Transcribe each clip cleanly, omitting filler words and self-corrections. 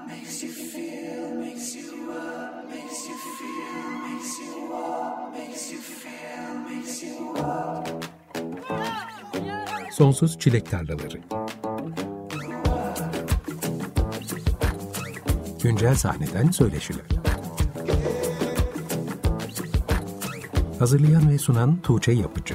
makes you feel, makes you up, makes you feel, makes you walk, makes you feel, makes you walk. Sonsuz Çilek Tarlaları. Güncel sahneden söyleşiler. Hazırlayan ve sunan Tuğçe Yapıcı.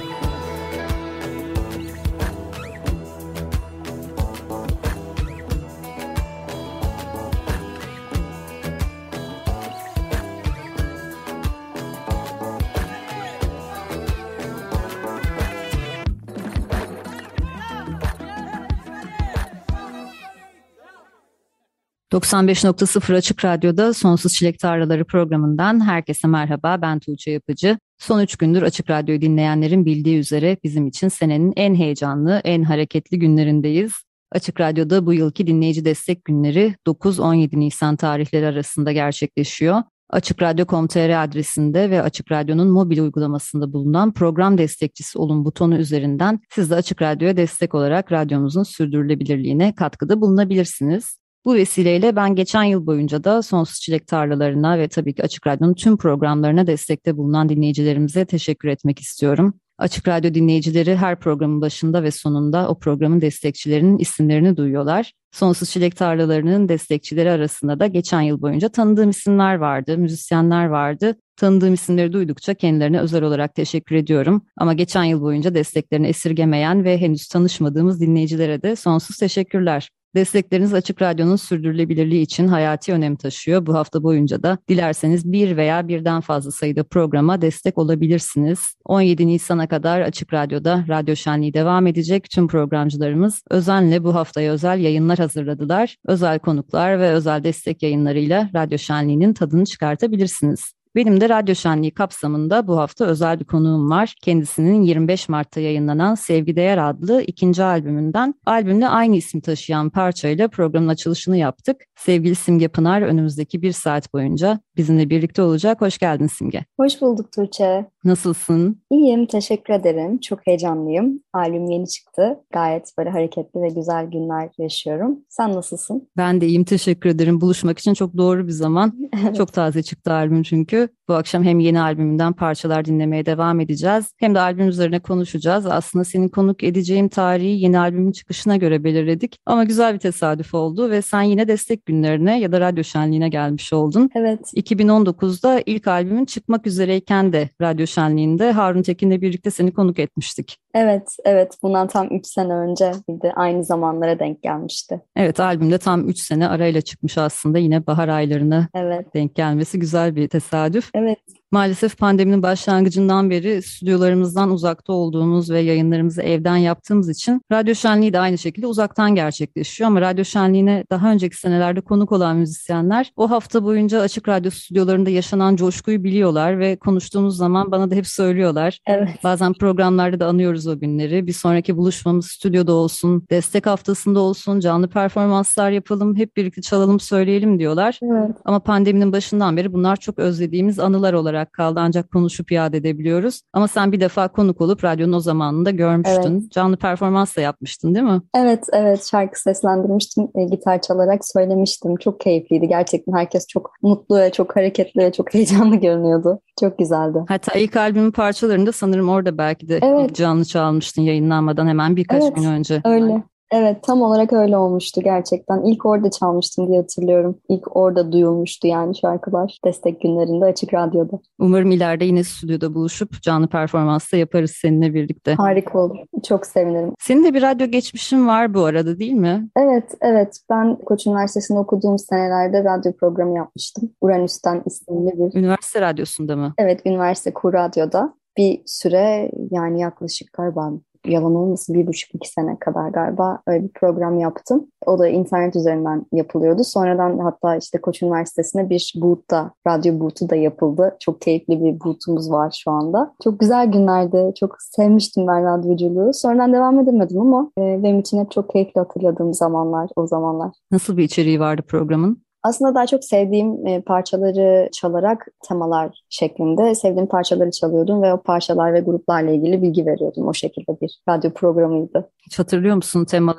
...95.0 Açık Radyo'da Sonsuz Çilek Tarlaları programından herkese merhaba, ben Tuğçe Yapıcı. Son 3 gündür Açık Radyo'yu dinleyenlerin bildiği üzere bizim için senenin en heyecanlı, en hareketli günlerindeyiz. Açık Radyo'da bu yılki dinleyici destek günleri 9-17 Nisan tarihleri arasında gerçekleşiyor. Açıkradyo.com.tr adresinde ve Açık Radyo'nun mobil uygulamasında bulunan program destekçisi olun butonu üzerinden siz de Açık Radyo'ya destek olarak radyomuzun sürdürülebilirliğine katkıda bulunabilirsiniz. Bu vesileyle ben geçen yıl boyunca da Sonsuz Çilek Tarlalarına ve tabii ki Açık Radyo'nun tüm programlarına destekte bulunan dinleyicilerimize teşekkür etmek istiyorum. Açık Radyo dinleyicileri her programın başında ve sonunda o programın destekçilerinin isimlerini duyuyorlar. Sonsuz Çilek Tarlalarının destekçileri arasında da geçen yıl boyunca tanıdığım isimler vardı, müzisyenler vardı. Tanıdığım isimleri duydukça kendilerine özel olarak teşekkür ediyorum. Ama geçen yıl boyunca desteklerini esirgemeyen ve henüz tanışmadığımız dinleyicilere de sonsuz teşekkürler. Destekleriniz Açık Radyo'nun sürdürülebilirliği için hayati önem taşıyor. Bu hafta boyunca da dilerseniz bir veya birden fazla sayıda programa destek olabilirsiniz. 17 Nisan'a kadar Açık Radyo'da radyo şenliği devam edecek. Tüm programcılarımız özenle bu haftaya özel yayınlar hazırladılar. Özel konuklar ve özel destek yayınlarıyla radyo şenliğinin tadını çıkartabilirsiniz. Benim de radyo şenliği kapsamında bu hafta özel bir konuğum var. Kendisinin 25 Mart'ta yayınlanan Sevgi Değer adlı ikinci albümünden albümle aynı isim taşıyan parçayla programın açılışını yaptık. Sevgili Simge Pınar önümüzdeki 1 saat boyunca bizimle birlikte olacak. Hoş geldin Simge. Hoş bulduk Tuğçe. Nasılsın? İyiyim, teşekkür ederim. Çok heyecanlıyım. Albüm yeni çıktı. Gayet böyle hareketli ve güzel günler yaşıyorum. Sen nasılsın? Ben de iyiyim, teşekkür ederim. Buluşmak için çok doğru bir zaman. Evet. Çok taze çıktı albüm çünkü. Bu akşam hem yeni albümünden parçalar dinlemeye devam edeceğiz. Hem de albüm üzerine konuşacağız. Aslında senin konuk edeceğim tarihi yeni albümün çıkışına göre belirledik. Ama güzel bir tesadüf oldu ve sen yine destek günlerine ya da radyo şenliğine gelmiş oldun. Evet. 2019'da ilk albümün çıkmak üzereyken de radyo şenliğinde Harun Tekin'le birlikte seni konuk etmiştik. Evet. Bundan tam 3 sene önce bir de aynı zamanlara denk gelmişti. Evet, albümde tam 3 sene arayla çıkmış aslında. Yine bahar aylarına denk gelmesi güzel bir tesadüf. Evet. Maalesef pandeminin başlangıcından beri stüdyolarımızdan uzakta olduğumuz ve yayınlarımızı evden yaptığımız için radyo şenliği de aynı şekilde uzaktan gerçekleşiyor. Ama radyo şenliğine daha önceki senelerde konuk olan müzisyenler o hafta boyunca Açık Radyo stüdyolarında yaşanan coşkuyu biliyorlar ve konuştuğumuz zaman bana da hep söylüyorlar. Evet. Bazen programlarda da anıyoruz o günleri. Bir sonraki buluşmamız stüdyoda olsun, destek haftasında olsun, canlı performanslar yapalım, hep birlikte çalalım, söyleyelim diyorlar. Evet. Ama pandeminin başından beri bunlar çok özlediğimiz anılar olarak kaldı, ancak konuşup yad edebiliyoruz. Ama sen bir defa konuk olup radyonun o zamanında görmüştün. Evet. Canlı performans da yapmıştın değil mi? Evet. Şarkı seslendirmiştim. Gitar çalarak söylemiştim. Çok keyifliydi. Gerçekten herkes çok mutlu ve çok hareketli ve çok heyecanlı görünüyordu. Çok güzeldi. Hatta ilk albümün parçalarını da sanırım orada belki de Evet. canlı çalmıştın yayınlanmadan hemen birkaç gün önce. Öyle. Evet, tam olarak öyle olmuştu gerçekten. İlk orada çalmıştım diye hatırlıyorum. İlk orada duyulmuştu yani şarkılar destek günlerinde Açık Radyo'da. Umarım ileride yine stüdyoda buluşup canlı performansta yaparız seninle birlikte. Harika olur. Çok sevinirim. Senin de bir radyo geçmişin var bu arada değil mi? Evet. Ben Koç Üniversitesi'nde okuduğum senelerde radyo programı yapmıştım. Uranüs'ten isimli bir. Üniversite radyosunda mı? Evet, üniversite Kur Radyo'da. Bir süre yani yaklaşık galiba yalan olmasın 1,5-2 sene kadar galiba öyle bir program yaptım. O da internet üzerinden yapılıyordu. Sonradan hatta işte Koç Üniversitesi'nde bir boot'ta, radyo boot'u da yapıldı. Çok keyifli bir boot'umuz var şu anda. Çok güzel günlerdi. Çok sevmiştim ben radyoculuğu. Sonradan devam edemedim ama benim için hep çok keyifli hatırladığım zamanlar, o zamanlar. Nasıl bir içeriği vardı programın? Aslında daha çok sevdiğim parçaları çalarak temalar şeklinde sevdiğim parçaları çalıyordum ve o parçalar ve gruplarla ilgili bilgi veriyordum. O şekilde bir radyo programıydı. Hiç hatırlıyor musun temaları?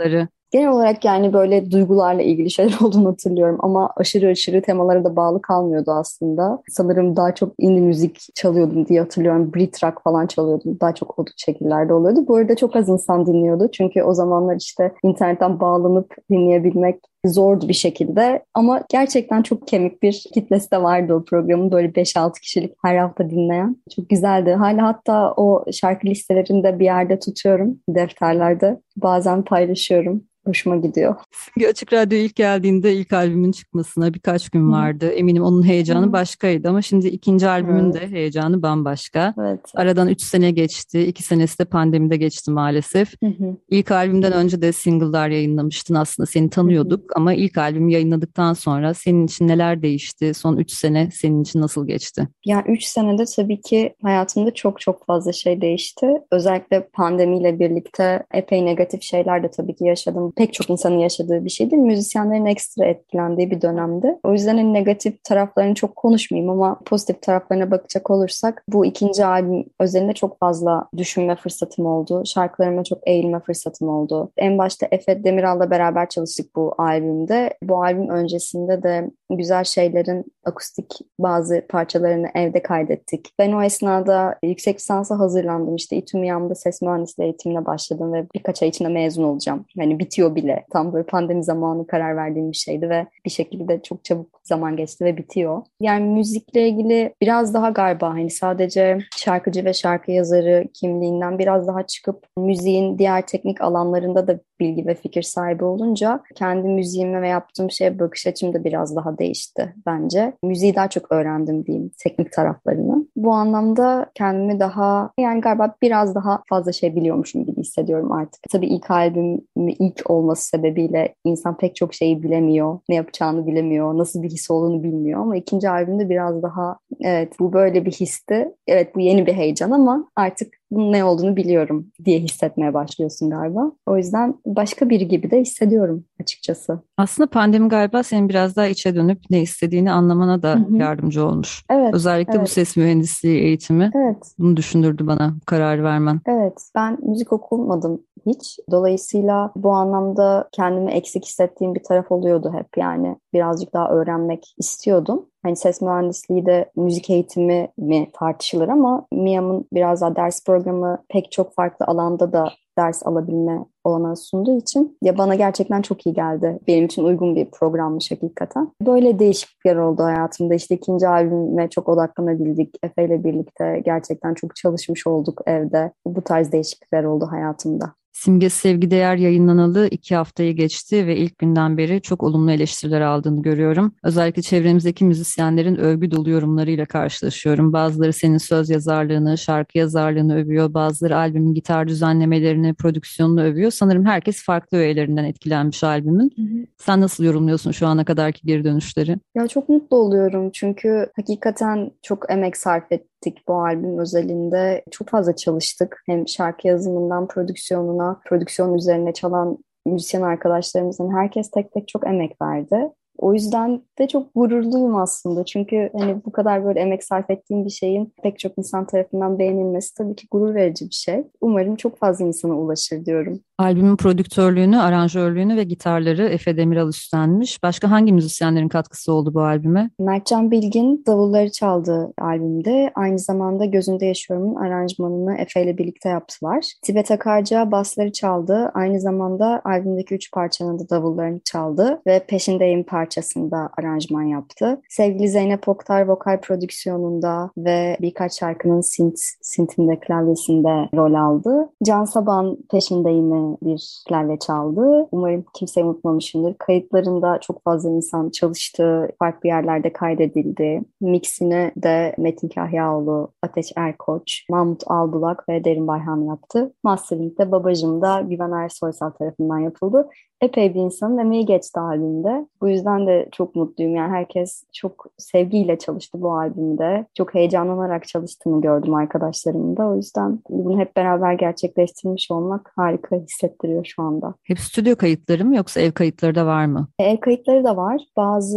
Genel olarak yani böyle duygularla ilgili şeyler olduğunu hatırlıyorum ama aşırı aşırı temalara da bağlı kalmıyordu aslında. Sanırım daha çok indie müzik çalıyordum diye hatırlıyorum. Brit rock falan çalıyordum. Daha çok o şekillerde oluyordu. Bu arada çok az insan dinliyordu. Çünkü o zamanlar işte internetten bağlanıp dinleyebilmek zordu bir şekilde. Ama gerçekten çok kemik bir kitlesi de vardı o programın. Böyle 5-6 kişilik her hafta dinleyen. Çok güzeldi. Hala hatta o şarkı listelerinde bir yerde tutuyorum. Defterlerde. Bazen paylaşıyorum. Hoşuma gidiyor. Simge Açık Radyo ilk geldiğinde ilk albümün çıkmasına birkaç gün Hı vardı. Eminim onun heyecanı hı. başkaydı ama şimdi ikinci albümün Evet. de heyecanı bambaşka. Evet. Aradan 3 sene geçti. 2 senesi de pandemide geçti maalesef. Hı hı. İlk albümden önce de single'lar yayınlamıştın aslında. Seni Hı hı. tanıyorduk ama ilk albüm yayınladıktan sonra senin için neler değişti? Son 3 sene senin için nasıl geçti? Yani 3 senede tabii ki hayatımda çok çok fazla şey değişti. Özellikle pandemiyle birlikte epey negatif şeyler de tabii ki yaşadım. Pek çok insanın yaşadığı bir şeydi. Müzisyenlerin ekstra etkilendiği bir dönemdi. O yüzden en negatif taraflarını çok konuşmayayım ama pozitif taraflarına bakacak olursak bu ikinci albüm özelinde çok fazla düşünme fırsatım oldu. Şarkılarıma çok eğilme fırsatım oldu. En başta Efe Demiral'la beraber çalıştık bu albümde. Bu albüm öncesinde de güzel şeylerin akustik bazı parçalarını evde kaydettik. Ben o esnada yüksek lisansa hazırlandım. İşte İTÜ MİAM'da ses mühendisliği eğitimine başladım ve birkaç ay içinde mezun olacağım. Yani bitiyor bile. Tam böyle pandemi zamanı karar verdiğim bir şeydi ve bir şekilde de çok çabuk zaman geçti ve bitiyor. Yani müzikle ilgili biraz daha galiba hani sadece şarkıcı ve şarkı yazarı kimliğinden biraz daha çıkıp müziğin diğer teknik alanlarında da bilgi ve fikir sahibi olunca kendi müziğime ve yaptığım şeye bakış açım da biraz daha değişti bence. Müziği daha çok öğrendim diyeyim, teknik taraflarını. Bu anlamda kendimi daha yani galiba biraz daha fazla şey biliyormuşum gibi hissediyorum artık. Tabii ilk albüm ilk olması sebebiyle insan pek çok şeyi bilemiyor, ne yapacağını bilemiyor, nasıl bir his olduğunu bilmiyor ama ikinci albümde biraz daha evet bu böyle bir histi. Evet bu yeni bir heyecan ama artık bunun ne olduğunu biliyorum diye hissetmeye başlıyorsun galiba. O yüzden başka biri gibi de hissediyorum açıkçası. Aslında pandemi galiba senin biraz daha içe dönüp ne istediğini anlamana Hı da hı. yardımcı olmuş. Evet, Özellikle bu evet, ses mühendisliği eğitimi evet. bunu düşündürdü bana bu kararı vermen. Evet, ben müzik okumadım hiç. Dolayısıyla bu anlamda kendimi eksik hissettiğim bir taraf oluyordu hep. Yani birazcık daha öğrenmek istiyordum. Hani ses mühendisliği de müzik eğitimi mi tartışılır ama MİAM'ın biraz daha ders programı pek çok farklı alanda da ders alabilme olanağı sunduğu için ya bana gerçekten çok iyi geldi. Benim için uygun bir programmış hakikaten. Böyle değişiklikler oldu hayatımda. İşte ikinci albüme çok odaklanabildik. Efe ile birlikte gerçekten çok çalışmış olduk evde. Bu tarz değişiklikler oldu hayatımda. Simge Sevgi Değer yayınlanalı 2 haftayı geçti ve ilk günden beri çok olumlu eleştiriler aldığını görüyorum. Özellikle çevremizdeki müzisyenlerin övgü dolu yorumlarıyla karşılaşıyorum. Bazıları senin söz yazarlığını, şarkı yazarlığını övüyor. Bazıları albümün gitar düzenlemelerini, prodüksiyonunu övüyor. Sanırım herkes farklı öğelerinden etkilenmiş albümün. Hı hı. Sen nasıl yorumluyorsun şu ana kadarki geri dönüşleri? Ya çok mutlu oluyorum çünkü hakikaten çok emek sarf ettik bu albüm özelinde. Çok fazla çalıştık. Hem şarkı yazımından prodüksiyonuna, prodüksiyon üzerine çalan müzisyen arkadaşlarımızın herkes tek tek çok emek verdi. O yüzden de çok gururluyum aslında. Çünkü hani bu kadar böyle emek sarf ettiğim bir şeyin pek çok insan tarafından beğenilmesi tabii ki gurur verici bir şey. Umarım çok fazla insana ulaşır diyorum. Albümün prodüktörlüğünü, aranjörlüğünü ve gitarları Efe Demiral üstlenmiş. Başka hangi müzisyenlerin katkısı oldu bu albüme? Mertcan Bilgin davulları çaldı albümde. Aynı zamanda Gözünde Yaşıyorum'un aranjmanını Efe ile birlikte yaptılar. Tibet Akarca basları çaldı. Aynı zamanda albümdeki 3 parçanın da davullarını çaldı ve Peşindeyim parçasında aranjman yaptı. Sevgili Zeynep Oktar vokal prodüksiyonunda ve birkaç şarkının synth'inde, klavyesinde rol aldı. Can Saban Peşindeyim'i bir klavye çaldı. Umarım kimseyi unutmamışımdır. Kayıtlarında çok fazla insan çalıştı. Farklı yerlerde kaydedildi. Mixini de Metin Kahyaoğlu, Ateş Erkoç, Mahmut Albulak ve Derin Bayhan yaptı. Mastering de babacım da Güven Ersoysal tarafından yapıldı. Epey bir insanın emeği geçti albümde. Bu yüzden de çok mutluyum. Yani herkes çok sevgiyle çalıştı bu albümde. Çok heyecanlanarak çalıştığını gördüm arkadaşlarımın da. O yüzden bunu hep beraber gerçekleştirmiş olmak harika hissettiriyor şu anda. Hep stüdyo kayıtları mı yoksa ev kayıtları da var mı? Ev kayıtları da var. Bazı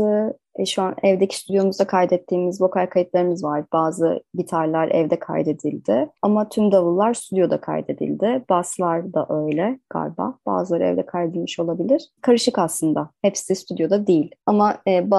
Şu an evdeki stüdyomuzda kaydettiğimiz vokal kayıtlarımız var. Bazı gitarlar evde kaydedildi ama tüm davullar stüdyoda kaydedildi. Baslar da öyle galiba. Bazıları evde kaydedilmiş olabilir. Karışık aslında. Hepsi stüdyoda değil. Ama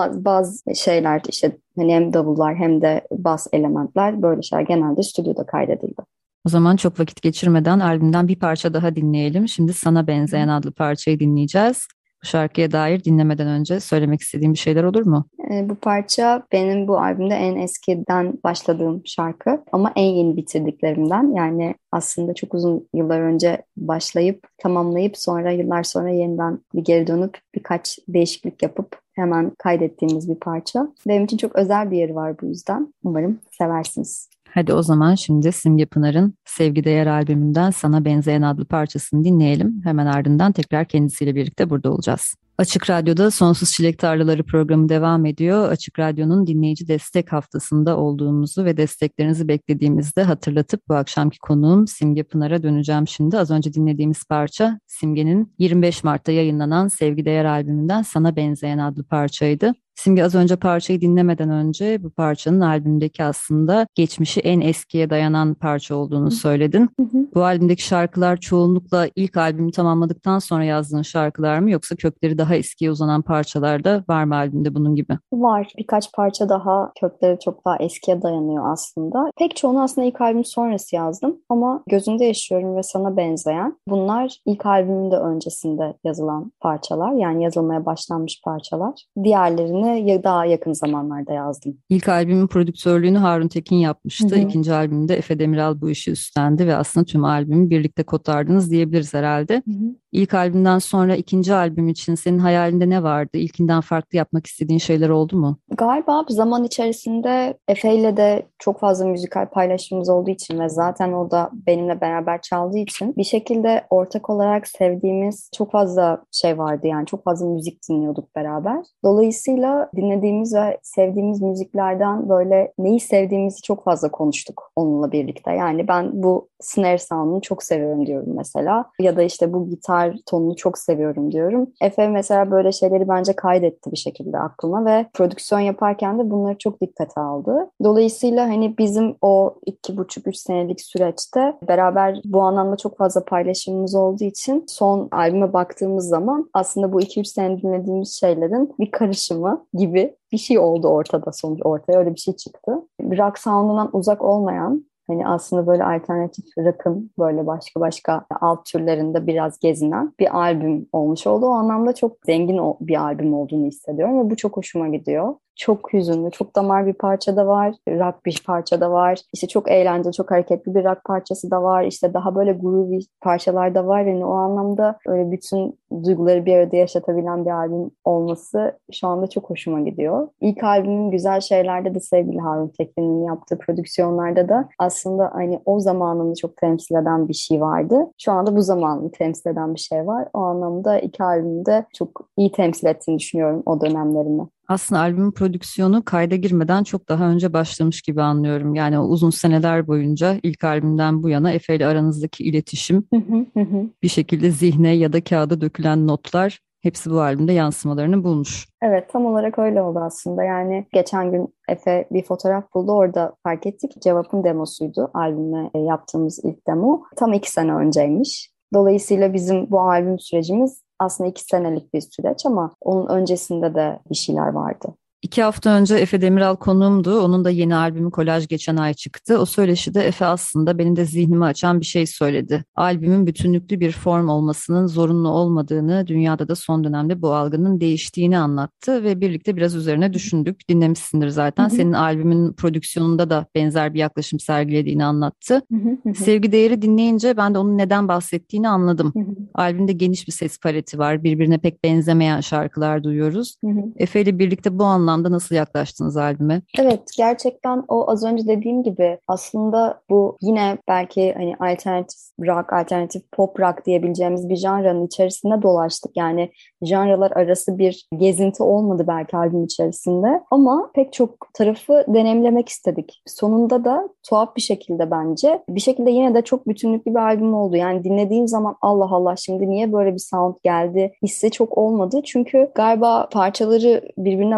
bazı şeyler işte hani hem davullar hem de bas elementler böyle şeyler genelde stüdyoda kaydedildi. O zaman çok vakit geçirmeden albümden bir parça daha dinleyelim. Şimdi Sana Benzeyen adlı parçayı dinleyeceğiz. Bu şarkıya dair dinlemeden önce söylemek istediğim bir şeyler olur mu? Bu parça benim bu albümde en eskiden başladığım şarkı ama en yeni bitirdiklerimden. Yani aslında çok uzun yıllar önce başlayıp tamamlayıp sonra yıllar sonra yeniden bir geri dönüp birkaç değişiklik yapıp hemen kaydettiğimiz bir parça. Benim için çok özel bir yeri var bu yüzden. Umarım seversiniz. Hadi o zaman şimdi Simge Pınar'ın Sevgi Değer albümünden Sana Benzeyen adlı parçasını dinleyelim. Hemen ardından tekrar kendisiyle birlikte burada olacağız. Açık Radyo'da Sonsuz Çilek Tarlaları programı devam ediyor. Açık Radyo'nun dinleyici destek haftasında olduğumuzu ve desteklerinizi beklediğimizde hatırlatıp bu akşamki konuğum Simge Pınar'a döneceğim şimdi. Az önce dinlediğimiz parça Simge'nin 25 Mart'ta yayınlanan Sevgi Değer albümünden Sana Benzeyen adlı parçaydı. Simge az önce parçayı dinlemeden önce bu parçanın albümdeki aslında geçmişi en eskiye dayanan parça olduğunu söyledin. Bu albümdeki şarkılar çoğunlukla ilk albümü tamamladıktan sonra yazdığın şarkılar mı yoksa kökleri daha eskiye uzanan parçalar da var mı albümde bunun gibi? Var. Birkaç parça daha kökleri çok daha eskiye dayanıyor aslında. Pek çoğunu aslında ilk albüm sonrası yazdım ama Gözünde Yaşıyorum ve Sana Benzeyen bunlar ilk albümün de öncesinde yazılan parçalar. Yani yazılmaya başlanmış parçalar. Diğerlerini daha yakın zamanlarda yazdım. İlk albümün prodüktörlüğünü Harun Tekin yapmıştı. İkinci albümde Efe Demiral bu işi üstlendi ve aslında tüm albümü birlikte kotardınız diyebiliriz herhalde. İlk albümden sonra ikinci albüm için senin hayalinde ne vardı? İlkinden farklı yapmak istediğin şeyler oldu mu? Galiba zaman içerisinde Efe ile de çok fazla müzikal paylaşımımız olduğu için ve zaten o da benimle beraber çaldığı için bir şekilde ortak olarak sevdiğimiz çok fazla şey vardı, yani çok fazla müzik dinliyorduk beraber. Dolayısıyla dinlediğimiz ve sevdiğimiz müziklerden böyle neyi sevdiğimizi çok fazla konuştuk onunla birlikte. Yani ben bu snare sound'unu çok seviyorum diyorum mesela ya da işte bu gitar tonunu çok seviyorum diyorum. Efe mesela böyle şeyleri bence kaydetti bir şekilde aklıma ve prodüksiyon yaparken de bunları çok dikkate aldı. Dolayısıyla hani bizim o 2,5-3 senelik süreçte beraber bu anlamda çok fazla paylaşımımız olduğu için son albüme baktığımız zaman aslında bu 2-3 sene dinlediğimiz şeylerin bir karışımı gibi bir şey oldu ortada, sonuç ortaya öyle bir şey çıktı. Rock sound'undan uzak olmayan, hani aslında böyle alternatif rock'ın böyle başka alt türlerinde biraz gezinen bir albüm olmuş oldu. O anlamda çok zengin bir albüm olduğunu hissediyorum ve bu çok hoşuma gidiyor. Çok hüzünlü, çok damar bir parça da var, rock bir parça da var. İşte çok eğlenceli, çok hareketli bir rock parçası da var. İşte daha böyle groovy parçalar da var. Yani o anlamda öyle bütün duyguları bir arada yaşatabilen bir albüm olması şu anda çok hoşuma gidiyor. İlk albümün güzel şeylerde de sevgili Harun Tekin'in yaptığı prodüksiyonlarda da aslında hani o zamanını çok temsil eden bir şey vardı. Şu anda bu zamanını temsil eden bir şey var. O anlamda iki albümde çok iyi temsil ettiğini düşünüyorum o dönemlerimi. Aslında albümün prodüksiyonu kayda girmeden çok daha önce başlamış gibi anlıyorum. Yani o uzun seneler boyunca ilk albümden bu yana Efe ile aranızdaki iletişim bir şekilde zihne ya da kağıda dökülen notlar hepsi bu albümde yansımalarını bulmuş. Evet, tam olarak öyle oldu aslında. Yani geçen gün Efe bir fotoğraf buldu, orada fark ettik. Cevap'ın demosuydu, albüme yaptığımız ilk demo. Tam 2 sene önceymiş. Dolayısıyla bizim bu albüm sürecimiz aslında 2 senelik bir süreç ama onun öncesinde de bir şeyler vardı. 2 hafta önce Efe Demiral konuğumdu. Onun da yeni albümü Kolaj geçen ay çıktı. O söyleşide Efe aslında benim de zihnimi açan bir şey söyledi. Albümün bütünlüklü bir form olmasının zorunlu olmadığını, dünyada da son dönemde bu algının değiştiğini anlattı ve birlikte biraz üzerine düşündük. Dinlemişsindir zaten. Senin albümün prodüksiyonunda da benzer bir yaklaşım sergilediğini anlattı. Sevgi Değeri dinleyince ben de onun neden bahsettiğini anladım. Albümde geniş bir ses paleti var. Birbirine pek benzemeyen şarkılar duyuyoruz. Efe ile birlikte bu anlamda nasıl yaklaştınız albüme? Evet, gerçekten o az önce dediğim gibi aslında bu yine belki hani alternatif rock, alternatif pop rock diyebileceğimiz bir janranın içerisinde dolaştık. Yani janralar arası bir gezinti olmadı belki albüm içerisinde ama pek çok tarafı deneyimlemek istedik. Sonunda da tuhaf bir şekilde bence bir şekilde yine de çok bütünlüklü bir albüm oldu. Yani dinlediğim zaman Allah Allah şimdi niye böyle bir sound geldi hissi çok olmadı. Çünkü galiba parçaları birbirine bağlayan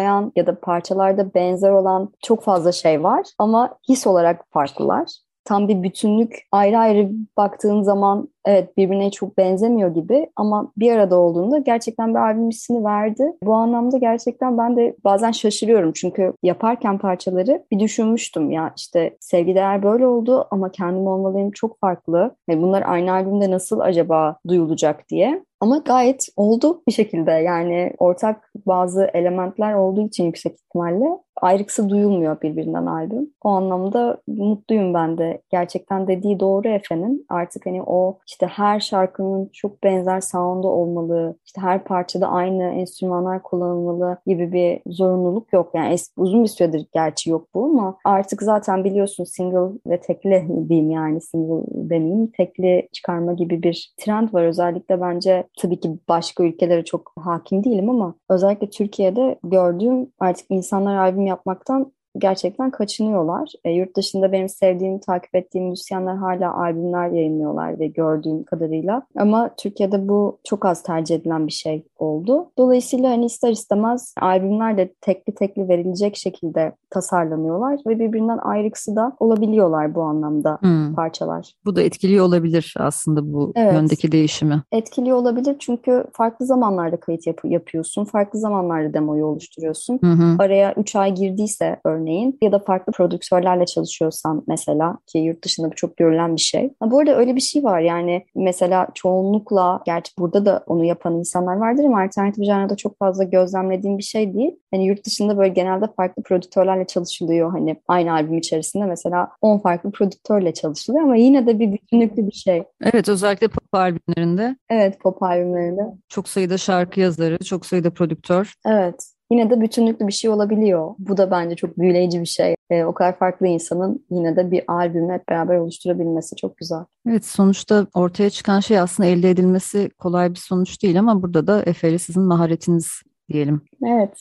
uyumlayan ya da parçalarda benzer olan çok fazla şey var ama his olarak farklılar. Tam bir bütünlük, ayrı ayrı baktığın zaman evet birbirine çok benzemiyor gibi ama bir arada olduğunda gerçekten bir albüm hissini verdi. Bu anlamda gerçekten ben de bazen şaşırıyorum çünkü yaparken parçaları bir düşünmüştüm ya işte Sevgi Değer böyle oldu ama Kendim Olmalıyım çok farklı. Bunlar aynı albümde nasıl acaba duyulacak diye. Ama gayet oldu bir şekilde yani ortak bazı elementler olduğu için yüksek ihtimalle ayrıksı duyulmuyor birbirinden albüm. O anlamda mutluyum ben de. Gerçekten dediği doğru Efe'nin. Artık hani o işte her şarkının çok benzer sound'u olmalı, işte her parçada aynı enstrümanlar kullanılmalı gibi bir zorunluluk yok. Yani uzun bir süredir gerçi yok bu ama artık zaten biliyorsun single ve tekli diyeyim yani single demeyeyim tekli çıkarma gibi bir trend var. Özellikle bence tabii ki başka ülkelere çok hakim değilim ama özellikle Türkiye'de gördüğüm artık insanlar albüm yapmaktan gerçekten kaçınıyorlar. Yurt dışında benim sevdiğim, takip ettiğim müzisyenler hala albümler yayınlıyorlar ve gördüğüm kadarıyla. Ama Türkiye'de bu çok az tercih edilen bir şey oldu. Dolayısıyla hani ister istemez albümler de tekli tekli verilecek şekilde tasarlanıyorlar ve birbirinden ayrıksı da olabiliyorlar bu anlamda parçalar. Bu da etkiliyor olabilir aslında bu Evet. yöndeki değişimi. Etkiliyor olabilir çünkü farklı zamanlarda kayıt yapıyorsun. Farklı zamanlarda demoyu oluşturuyorsun. Araya 3 ay girdiyse örneğin ya da farklı prodüktörlerle çalışıyorsan mesela ki yurt dışında bu çok görülen bir şey. Bu arada öyle bir şey var yani mesela çoğunlukla gerçi burada da onu yapan insanlar vardır ama alternatif janrada çok fazla gözlemlediğim bir şey değil. Hani yurt dışında böyle genelde farklı prodüktörlerle çalışılıyor. Hani aynı albüm içerisinde mesela 10 farklı prodüktörle çalışılıyor ama yine de bir bütünlüklü bir şey. Evet, özellikle pop albümlerinde. Evet, pop albümlerinde. Çok sayıda şarkı yazarı, çok sayıda prodüktör. Evet. Yine de bütünlüklü bir şey olabiliyor. Bu da bence çok büyüleyici bir şey. O kadar farklı insanın yine de bir albümü hep beraber oluşturabilmesi çok güzel. Evet, sonuçta ortaya çıkan şey aslında elde edilmesi kolay bir sonuç değil ama burada da Efe'li sizin maharetiniz diyelim. Evet,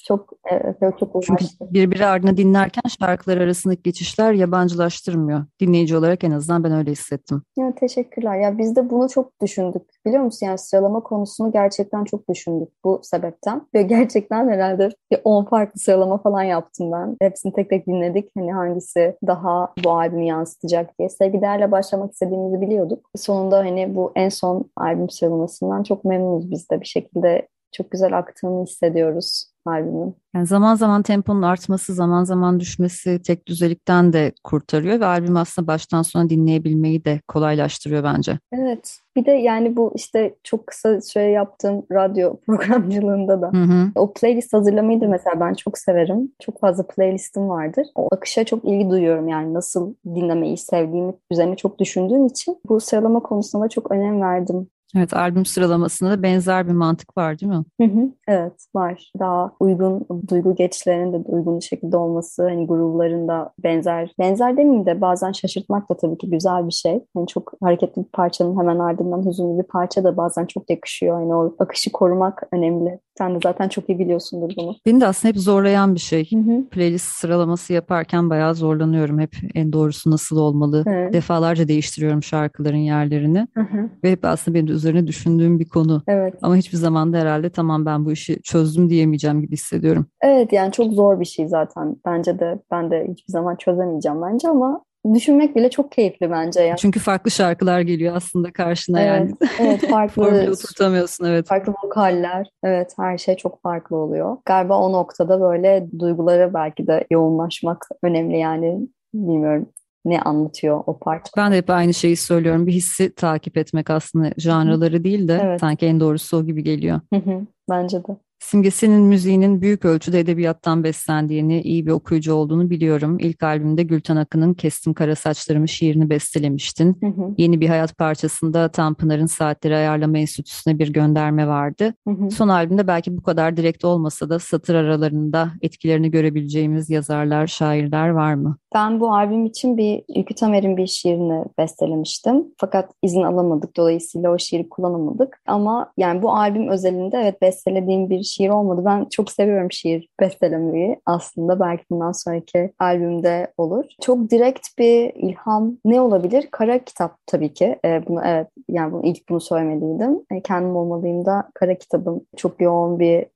çok Çünkü uğraştı. birbiri ardına dinlerken şarkılar arasındaki geçişler yabancılaştırmıyor. Dinleyici olarak en azından ben öyle hissettim. Ya, teşekkürler. Ya biz de bunu çok düşündük. Biliyor musun? Yani sıralama konusunu gerçekten çok düşündük bu sebepten. Ve gerçekten herhalde 10 farklı sıralama falan yaptım ben. Hepsini tek tek dinledik. Hani hangisi daha bu albümü yansıtacak diye. Sevgi Değer'le başlamak istediğimizi biliyorduk. Sonunda hani bu en son albüm sıralamasından çok memnunuz biz de bir şekilde. Çok güzel aktığını hissediyoruz albümün. Yani zaman zaman temponun artması, zaman zaman düşmesi tek düzelikten de kurtarıyor ve albüm aslında baştan sona dinleyebilmeyi de kolaylaştırıyor bence. Evet. Bir de yani bu işte çok kısa süre yaptığım radyo programcılığında da o playlist hazırlamayı da mesela ben çok severim. Çok fazla playlistim vardır. O akışa çok ilgi duyuyorum yani nasıl dinlemeyi sevdiğimi üzerine çok düşündüğüm için bu sıralama konusunda da çok önem verdim. Evet, albüm sıralamasında da benzer bir mantık var değil mi? Evet, var. Daha uygun, duygu geçişlerinin de uygun şekilde olması, hani groove'ların da benzer demeyeyim de bazen şaşırtmak da tabii ki güzel bir şey. Yani çok hareketli bir parçanın hemen ardından hüzünlü bir parça da bazen çok yakışıyor. Hani o akışı korumak önemli. Sen de zaten çok iyi biliyorsundur bunu. Beni de aslında hep zorlayan bir şey. Playlist sıralaması yaparken bayağı zorlanıyorum. Hep en doğrusu nasıl olmalı? Evet. Defalarca değiştiriyorum şarkıların yerlerini. Ve hep aslında benim de üzerine düşündüğüm bir konu. Evet. Ama hiçbir zaman da herhalde tamam ben bu işi çözdüm diyemeyeceğim gibi hissediyorum. Evet, yani çok zor bir şey zaten. Bence de ben de hiçbir zaman çözemeyeceğim bence ama düşünmek bile çok keyifli bence ya. Çünkü farklı şarkılar geliyor aslında karşına yani. Evet, farklı Formülü oturtamıyorsun, evet. farklı vokaller. Evet, her şey çok farklı oluyor. Galiba o noktada böyle duygulara belki de yoğunlaşmak önemli yani. Bilmiyorum ne anlatıyor o parça. Ben de hep aynı şeyi söylüyorum. Bir hissi takip etmek aslında janraları değil de Evet. sanki en doğrusu o gibi geliyor. Bence de. Simgesi'nin müziğinin büyük ölçüde edebiyattan beslendiğini, iyi bir okuyucu olduğunu biliyorum. İlk albümde Gülten Akın'ın Kestim Kara Saçlarımı şiirini bestelemiştin. Yeni Bir Hayat parçasında Tanpınar'ın Saatleri Ayarlama Enstitüsü'ne bir gönderme vardı. Son albümde belki bu kadar direkt olmasa da satır aralarında etkilerini görebileceğimiz yazarlar, şairler var mı? Ben bu albüm için bir Ülkü Tamer'in bir şiirini bestelemiştim. Fakat izin alamadık. Dolayısıyla o şiiri kullanamadık. Ama yani bu albüm özelinde evet bestelediğim bir şiir olmadı. Ben çok seviyorum şiir bestelemeyi aslında. Belki bundan sonraki albümde olur. Çok direkt bir ilham ne olabilir? Kara Kitap tabii ki. Bunu evet yani bunu söylemeliydim. Kendim Olmalıyım da Kara Kitab'ın çok yoğun bir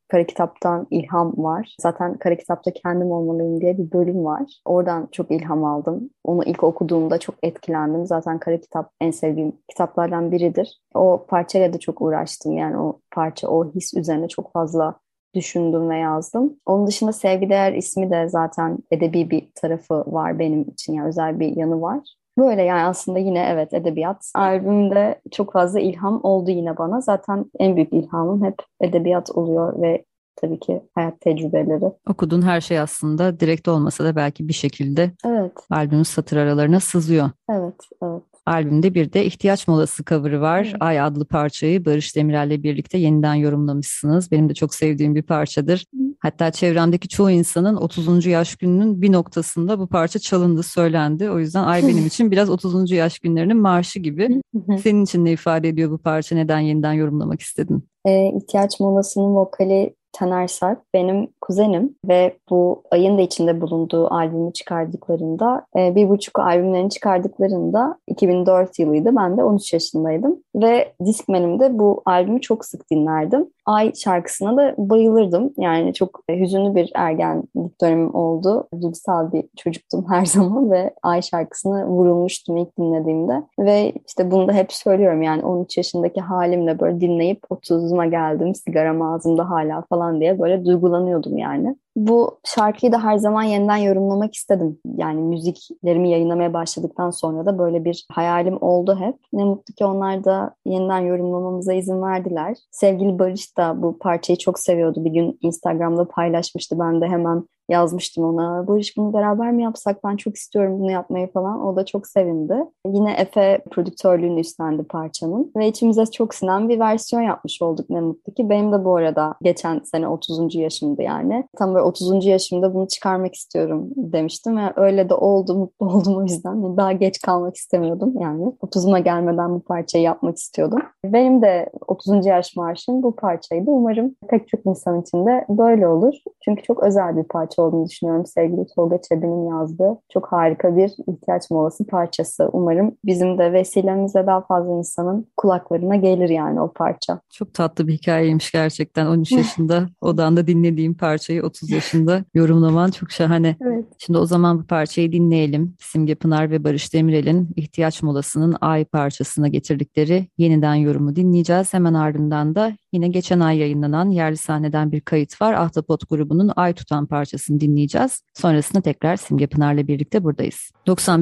Kara Kitap'tan ilham var. Zaten Kara Kitap'ta kendim olmalıyım diye bir bölüm var. Oradan çok ilham aldım. Onu ilk okuduğumda çok etkilendim. Zaten Kara Kitap en sevdiğim kitaplardan biridir. O parçayla da çok uğraştım. Yani o parça, o his üzerine çok fazla düşündüm ve yazdım. Onun dışında Sevgi Değer ismi de zaten edebi bir tarafı var benim için. Yani özel bir yanı var. Böyle yani aslında yine evet edebiyat. Albümde çok fazla ilham oldu yine bana. Zaten en büyük ilhamım hep edebiyat oluyor ve tabii ki hayat tecrübeleri. Okuduğun her şey aslında direkt olmasa da belki bir şekilde Evet, albümün satır aralarına sızıyor. evet, evet. Albümde bir de ihtiyaç molası cover'ı var. Evet. Ay adlı parçayı Barış Demirel'le birlikte yeniden yorumlamışsınız. Benim de çok sevdiğim bir parçadır. Hatta çevremdeki çoğu insanın 30. yaş gününün bir noktasında bu parça çalındı, söylendi. O yüzden Ay benim için biraz 30. yaş günlerinin marşı gibi. Senin için ne ifade ediyor bu parça? Neden yeniden yorumlamak istedin? İhtiyaç molasının vokali Taner Sarp benim kuzenim ve bu Ay'ın da içinde bulunduğu albümü çıkardıklarında, bir buçuk albümlerini çıkardıklarında 2004 yılıydı. Ben de 13 yaşındaydım ve Discman'imde bu albümü çok sık dinlerdim. Ay şarkısına da bayılırdım. Yani çok hüzünlü bir ergenlik dönemim oldu. Duygusal bir çocuktum her zaman ve Ay şarkısına vurulmuştum ilk dinlediğimde. Ve işte bunu da hep söylüyorum, yani 13 yaşındaki halimle böyle dinleyip 30'uma geldim, sigaram ağzımda hala falan diye böyle duygulanıyordum yani. Bu şarkıyı da her zaman yeniden yorumlamak istedim. Yani müziklerimi yayınlamaya başladıktan sonra da böyle bir hayalim oldu hep. Ne mutlu ki onlar da yeniden yorumlamamıza izin verdiler. Sevgili Barış da bu parçayı çok seviyordu. Bir gün Instagram'da paylaşmıştı. Ben de hemen yazmıştım ona. Barış, bunu beraber mi yapsak? Ben çok istiyorum bunu yapmayı falan. O da çok sevindi. Yine Efe prodüktörlüğünü üstlendi parçanın. Ve içimize çok sinen bir versiyon yapmış olduk ne mutlu ki. Benim de bu arada geçen sene 30. yaşımdı yani. Tam böyle 30. yaşımda bunu çıkarmak istiyorum demiştim. Ve öyle de oldu. Mutlu oldum o yüzden. Yani daha geç kalmak istemiyordum yani. 30'uma gelmeden bu parçayı yapmak istiyordum. Benim de 30. yaş marşım bu parçaydı. Umarım pek çok insan için de böyle olur. Çünkü çok özel bir parça olduğunu düşünüyorum. Sevgili Tolga Çebi'nin yazdığı çok harika bir ihtiyaç molası parçası. Umarım bizim de vesilemizle daha fazla insanın kulaklarına gelir yani o parça. Çok tatlı bir hikayeymiş gerçekten. 13 yaşında odanda dinlediğim parçayı 30 yaşında yorumlaman çok şahane. Evet. Şimdi o zaman bu parçayı dinleyelim. Simge Pınar ve Barış Demirel'in ihtiyaç molasının Ay parçasına getirdikleri yeniden yorumu dinleyeceğiz. Hemen ardından da yine geçen ay yayınlanan yerli sahneden bir kayıt var. Ahtapot grubunun Ay Tutan parçasını dinleyeceğiz. Sonrasında tekrar Simge Pınar'la birlikte buradayız.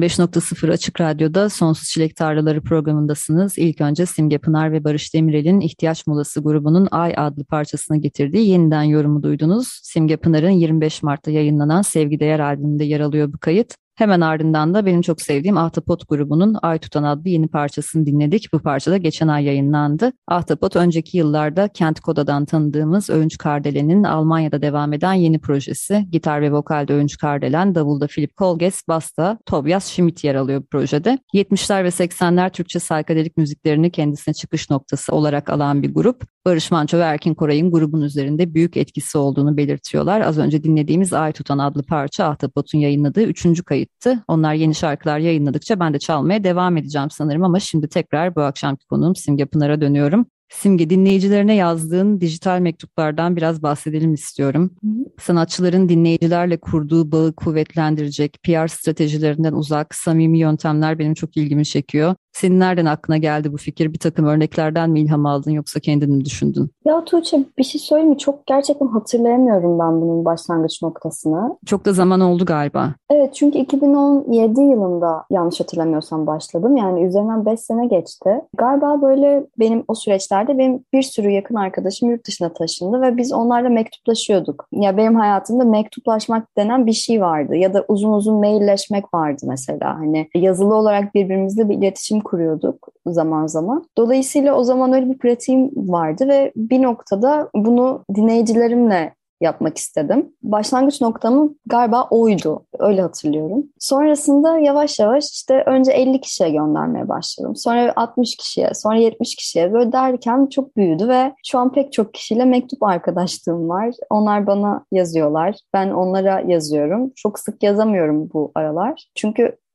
95.0 Açık Radyo'da Sonsuz Çilek Tarlaları programındasınız. İlk önce Simge Pınar ve Barış Demirel'in ihtiyaç molası grubunun Ay adlı parçasına getirdiği yeniden yorumu duydunuz. Simge Pınar'ın 25 Mart'ta yayınlanan Sevgi Değer albümünde yer alıyor bu kayıt. Hemen ardından da benim çok sevdiğim Ahtapot grubunun Ay Tutan adlı yeni parçasını dinledik. Bu parça da geçen ay yayınlandı. Ahtapot önceki yıllarda Kent Koda'dan tanıdığımız Öğünç Kardelen'in Almanya'da devam eden yeni projesi. Gitar ve vokalde Öğünç Kardelen, davulda Philip Kolges, basta Tobias Schmidt yer alıyor bu projede. 70'ler ve 80'ler Türkçe saykadelik müziklerini kendisine çıkış noktası olarak alan bir grup. Barış Manço ve Erkin Koray'ın grubun üzerinde büyük etkisi olduğunu belirtiyorlar. Az önce dinlediğimiz Ay Tutan adlı parça Ahtapot'un yayınladığı 3. kayıttı. Onlar yeni şarkılar yayınladıkça ben de çalmaya devam edeceğim sanırım ama şimdi tekrar bu akşamki konuğum Simge Pınar'a dönüyorum. Simge, dinleyicilerine yazdığın dijital mektuplardan biraz bahsedelim istiyorum. Sanatçıların dinleyicilerle kurduğu bağı kuvvetlendirecek PR stratejilerinden uzak, samimi yöntemler benim çok ilgimi çekiyor. Senin nereden aklına geldi bu fikir? Bir takım örneklerden mi ilham aldın yoksa kendin mi düşündün? Ya Tuğçe, bir şey söyleyeyim mi? Çok gerçekten hatırlayamıyorum ben bunun başlangıç noktasını. Çok da zaman oldu galiba. Evet, çünkü 2017 yılında yanlış hatırlamıyorsam başladım. Yani üzerinden 5 sene geçti. Galiba böyle benim o süreçlerde benim bir sürü yakın arkadaşım yurt dışına taşındı ve biz onlarla mektuplaşıyorduk. Ya benim hayatımda mektuplaşmak denen bir şey vardı ya da uzun uzun mailleşmek vardı mesela. Hani yazılı olarak birbirimizle bir iletişim kuruyorduk zaman zaman. Dolayısıyla o zaman öyle bir pratiğim vardı ve bir noktada bunu dinleyicilerimle yapmak istedim. Başlangıç noktamı galiba oydu. Öyle hatırlıyorum. Sonrasında yavaş yavaş işte önce 50 kişiye göndermeye başladım. Sonra 60 kişiye, sonra 70 kişiye böyle derken çok büyüdü ve şu an pek çok kişiyle mektup arkadaşlığım var. Onlar bana yazıyorlar. Ben onlara yazıyorum. Çok sık yazamıyorum bu aralar. Çünkü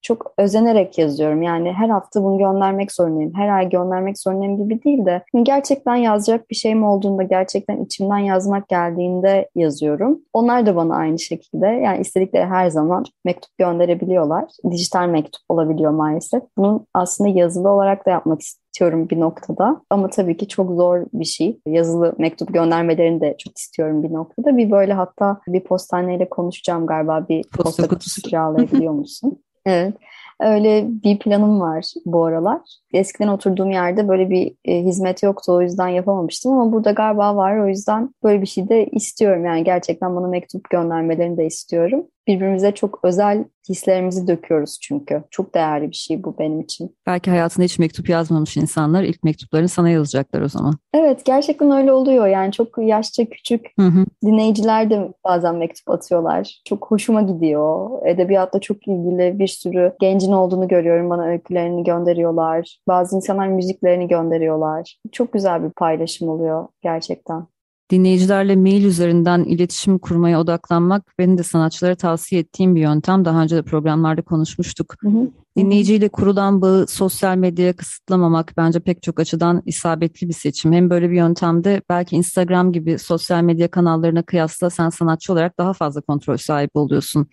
çok özenerek yazıyorum. Yani her hafta bunu göndermek zorundayım, her ay göndermek zorundayım gibi değil de gerçekten yazacak bir şeyim olduğunda, gerçekten içimden yazmak geldiğinde yazıyorum. Onlar da bana aynı şekilde yani istedikleri her zaman mektup gönderebiliyorlar. Dijital mektup olabiliyor maalesef. Bunun aslında yazılı olarak da yapmak istiyorum bir noktada. Ama tabii ki çok zor bir şey. Yazılı mektup göndermelerini de çok istiyorum bir noktada. Bir böyle hatta bir postaneyle konuşacağım galiba, bir posta kutusu kiralayabiliyor musun? Evet. Öyle bir planım var bu aralar. Eskiden oturduğum yerde böyle bir hizmet yoktu. O yüzden yapamamıştım ama burada galiba var. O yüzden böyle bir şey de istiyorum. Yani gerçekten bana mektup göndermelerini de istiyorum. Birbirimize çok özel hislerimizi döküyoruz çünkü. Çok değerli bir şey bu benim için. Belki hayatında hiç mektup yazmamış insanlar ilk mektuplarını sana yazacaklar o zaman. Evet, gerçekten öyle oluyor. Yani çok yaşça küçük dinleyiciler de bazen mektup atıyorlar. Çok hoşuma gidiyor. Edebiyatla çok ilgili bir sürü gencin olduğunu görüyorum. Bana öykülerini gönderiyorlar. Bazı insanlar müziklerini gönderiyorlar. Çok güzel bir paylaşım oluyor gerçekten. Dinleyicilerle mail üzerinden iletişim kurmaya odaklanmak benim de sanatçılara tavsiye ettiğim bir yöntem. Daha önce de programlarda konuşmuştuk. Hı hı. Dinleyiciyle kurulan bağı sosyal medyaya kısıtlamamak bence pek çok açıdan isabetli bir seçim. Hem böyle bir yöntemde belki Instagram gibi sosyal medya kanallarına kıyasla sen sanatçı olarak daha fazla kontrol sahibi oluyorsun.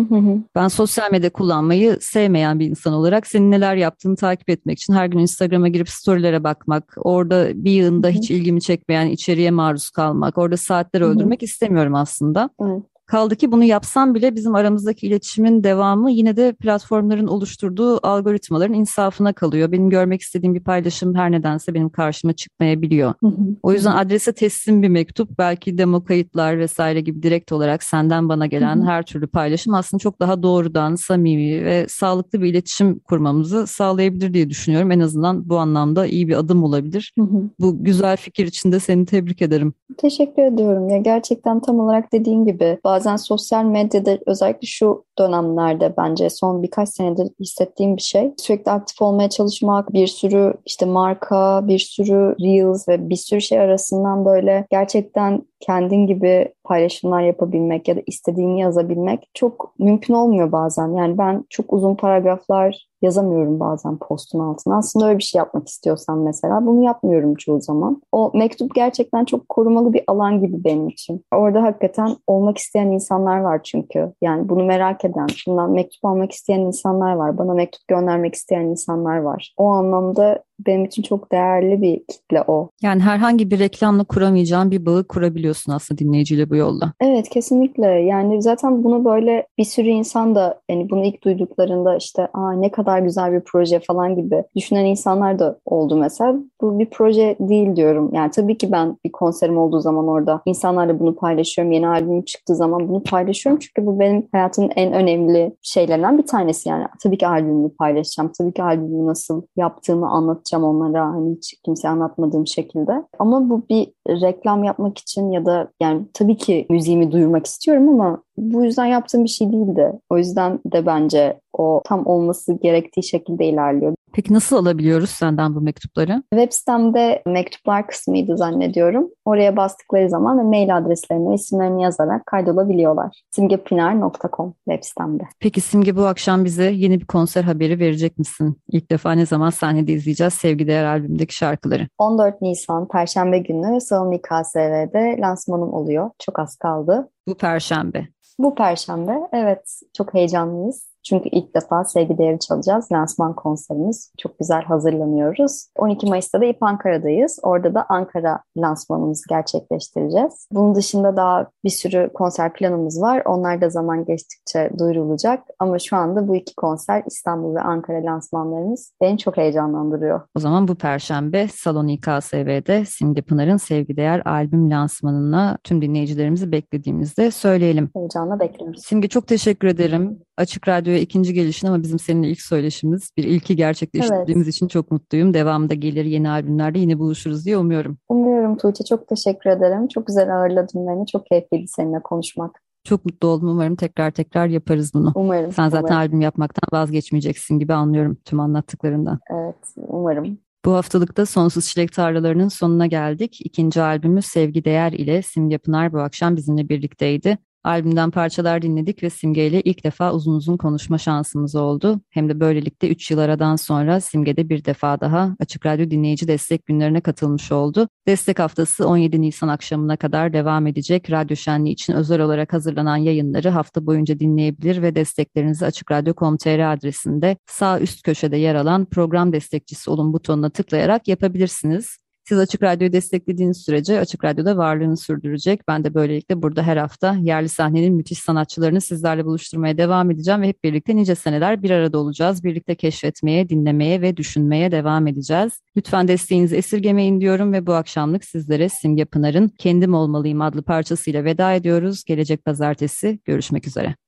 Ben sosyal medya kullanmayı sevmeyen bir insan olarak senin neler yaptığını takip etmek için her gün Instagram'a girip storylere bakmak, orada bir yığında hiç ilgimi çekmeyen içeriğe maruz kalmak, orada saatler öldürmek istemiyorum aslında. Evet. Kaldı ki bunu yapsam bile bizim aramızdaki iletişimin devamı yine de platformların oluşturduğu algoritmaların insafına kalıyor. Benim görmek istediğim bir paylaşım her nedense benim karşıma çıkmayabiliyor. O yüzden adrese teslim bir mektup, belki demo kayıtlar vesaire gibi direkt olarak senden bana gelen her türlü paylaşım aslında çok daha doğrudan, samimi ve sağlıklı bir iletişim kurmamızı sağlayabilir diye düşünüyorum. En azından bu anlamda iyi bir adım olabilir. Bu güzel fikir için de seni tebrik ederim. Teşekkür ediyorum. Ya gerçekten tam olarak dediğin gibi bazen sosyal medyada özellikle şu dönemlerde bence son birkaç senedir hissettiğim bir şey. Sürekli aktif olmaya çalışmak, bir sürü işte marka, bir sürü reels ve bir sürü şey arasından böyle gerçekten kendin gibi paylaşımlar yapabilmek ya da istediğini yazabilmek çok mümkün olmuyor bazen. Yani ben çok uzun paragraflar yazamıyorum bazen postun altına. Aslında öyle bir şey yapmak istiyorsam mesela bunu yapmıyorum çoğu zaman. O mektup gerçekten çok korumalı bir alan gibi benim için. Orada hakikaten olmak isteyen insanlar var çünkü. Yani bunu merak eden, bundan mektup almak isteyen insanlar var. Bana mektup göndermek isteyen insanlar var. O anlamda benim için çok değerli bir kitle o. Yani herhangi bir reklamla kuramayacağın bir bağı kurabiliyorsun aslında dinleyiciyle bu yolda. Evet, kesinlikle. Yani zaten bunu böyle bir sürü insan da yani bunu ilk duyduklarında işte ne kadar güzel bir proje falan gibi düşünen insanlar da oldu mesela. Bu bir proje değil diyorum. Yani tabii ki ben bir konserim olduğu zaman orada insanlarla bunu paylaşıyorum. Yeni albümüm çıktığı zaman bunu paylaşıyorum. Çünkü bu benim hayatımın en önemli şeylerinden bir tanesi yani. Tabii ki albümümü paylaşacağım. Tabii ki albümümü nasıl yaptığımı anlatacağım onlara. Hani hiç kimseye anlatmadığım şekilde. Ama bu bir reklam yapmak için ya da yani tabii ki müziğimi duyurmak istiyorum ama bu yüzden yaptığım bir şey değildi. O yüzden de bence o tam olması gerektiği şekilde ilerliyor. Peki nasıl alabiliyoruz senden bu mektupları? Web sitemde mektuplar kısmıydı zannediyorum. Oraya bastıkları zaman ve mail adreslerini ve isimlerini yazarak kaydolabiliyorlar. simgepınar.com web sitemde. Peki Simge, bu akşam bize yeni bir konser haberi verecek misin? İlk defa ne zaman sahnede izleyeceğiz Sevgi Değer albümündeki şarkıları? 14 Nisan Perşembe günü Salon KSV'de lansmanım oluyor. Çok az kaldı. Bu Perşembe. Bu Perşembe, evet, çok heyecanlıyız. Çünkü ilk defa Sevgi Değer'i çalacağız. Lansman konserimiz. Çok güzel hazırlanıyoruz. 12 Mayıs'ta da İP Ankara'dayız. Orada da Ankara lansmanımızı gerçekleştireceğiz. Bunun dışında daha bir sürü konser planımız var. Onlar da zaman geçtikçe duyurulacak. Ama şu anda bu iki konser İstanbul ve Ankara lansmanlarımız beni çok heyecanlandırıyor. O zaman bu Perşembe Salon İKSV'de Simge Pınar'ın Sevgi Değer albüm lansmanına tüm dinleyicilerimizi beklediğimizde söyleyelim. Heyecanla bekliyoruz. Simge, çok teşekkür ederim. Açık Radyo'ya ikinci gelişin ama bizim seninle ilk söyleşimiz. Bir ilki gerçekleştirdiğimiz için çok mutluyum. Devamında gelir yeni albümlerde yine buluşuruz diye umuyorum. Umuyorum Tuğçe. Çok teşekkür ederim. Çok güzel ağırladın beni. Çok keyifliydi seninle konuşmak. Çok mutlu oldum. Umarım tekrar yaparız bunu. Umarım. Sen zaten umarım. albüm yapmaktan vazgeçmeyeceksin gibi anlıyorum tüm anlattıklarından. Evet, umarım. Bu haftalıkta Sonsuz Çilek Tarlaları'nın sonuna geldik. İkinci albümü Sevgi Değer ile Simge Pınar bu akşam bizimle birlikteydi. Albümden parçalar dinledik ve Simge ile ilk defa uzun uzun konuşma şansımız oldu. Hem de böylelikle 3 yıl aradan sonra Simge de bir defa daha Açık Radyo Dinleyici Destek Günlerine katılmış oldu. Destek haftası 17 Nisan akşamına kadar devam edecek. Radyo Şenliği için özel olarak hazırlanan yayınları hafta boyunca dinleyebilir ve desteklerinizi açıkradyo.com.tr adresinde sağ üst köşede yer alan program destekçisi olun butonuna tıklayarak yapabilirsiniz. Siz Açık Radyo'yu desteklediğiniz sürece Açık Radyo'da varlığını sürdürecek. Ben de böylelikle burada her hafta yerli sahnenin müthiş sanatçılarını sizlerle buluşturmaya devam edeceğim ve hep birlikte nice seneler bir arada olacağız. Birlikte keşfetmeye, dinlemeye ve düşünmeye devam edeceğiz. Lütfen desteğinizi esirgemeyin diyorum ve bu akşamlık sizlere Simge Pınar'ın Kendim Olmalıyım adlı parçasıyla veda ediyoruz. Gelecek pazartesi görüşmek üzere.